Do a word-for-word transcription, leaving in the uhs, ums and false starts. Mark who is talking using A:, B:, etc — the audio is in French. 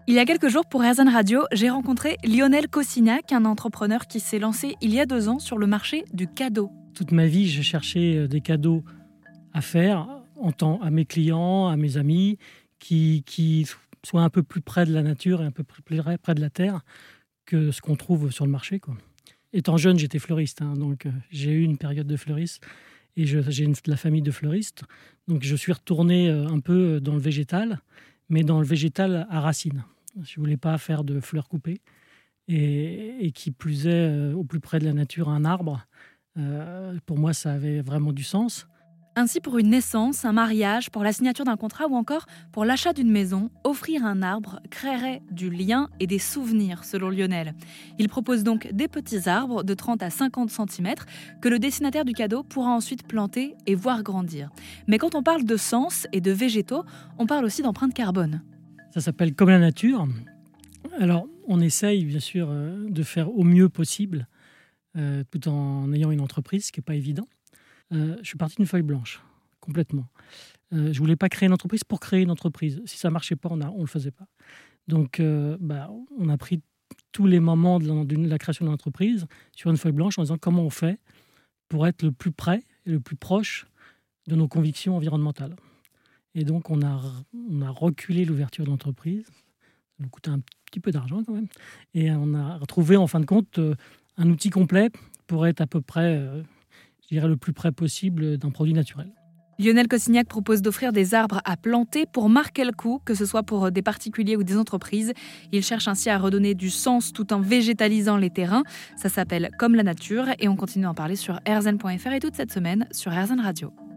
A: Il y a quelques jours, pour AirZen Radio, j'ai rencontré Lionel Cossignac, un entrepreneur qui s'est lancé il y a deux ans sur le marché du cadeau.
B: Toute ma vie, j'ai cherché des cadeaux à faire en temps à mes clients, à mes amis, qui, qui soient un peu plus près de la nature et un peu plus près de la terre que ce qu'on trouve sur le marché, quoi. Étant jeune, j'étais fleuriste, hein, donc euh, j'ai eu une période de fleuriste et je, j'ai une, la famille de fleuristes. Donc je suis retourné euh, un peu dans le végétal, mais dans le végétal à racines. Je ne voulais pas faire de fleurs coupées. Et, et qui plus est, euh, au plus près de la nature, un arbre, euh, pour moi, ça avait vraiment du sens.
A: Ainsi, pour une naissance, un mariage, pour la signature d'un contrat ou encore pour l'achat d'une maison, offrir un arbre créerait du lien et des souvenirs, selon Lionel. Il propose donc des petits arbres de trente à cinquante centimètres que le destinataire du cadeau pourra ensuite planter et voir grandir. Mais quand on parle de sens et de végétaux, on parle aussi d'empreinte carbone.
B: Ça s'appelle Comme la nature. Alors, on essaye, bien sûr, euh, de faire au mieux possible, euh, tout en ayant une entreprise, ce qui n'est pas évident. Euh, je suis parti d'une feuille blanche, complètement. Euh, je ne voulais pas créer une entreprise pour créer une entreprise. Si ça ne marchait pas, on ne le faisait pas. Donc, euh, bah, on a pris tous les moments de la, de la création de l'entreprise sur une feuille blanche en disant comment on fait pour être le plus près et le plus proche de nos convictions environnementales. Et donc, on a, on a reculé l'ouverture de l'entreprise. Ça nous coûtait un petit peu d'argent quand même. Et on a retrouvé, en fin de compte, un outil complet pour être à peu près... Euh, je dirais le plus près possible d'un produit naturel.
A: Lionel Cossignac propose d'offrir des arbres à planter pour marquer le coup, que ce soit pour des particuliers ou des entreprises. Il cherche ainsi à redonner du sens tout en végétalisant les terrains. Ça s'appelle Comme la nature et on continue à en parler sur airzen point f r et toute cette semaine sur AirZen Radio.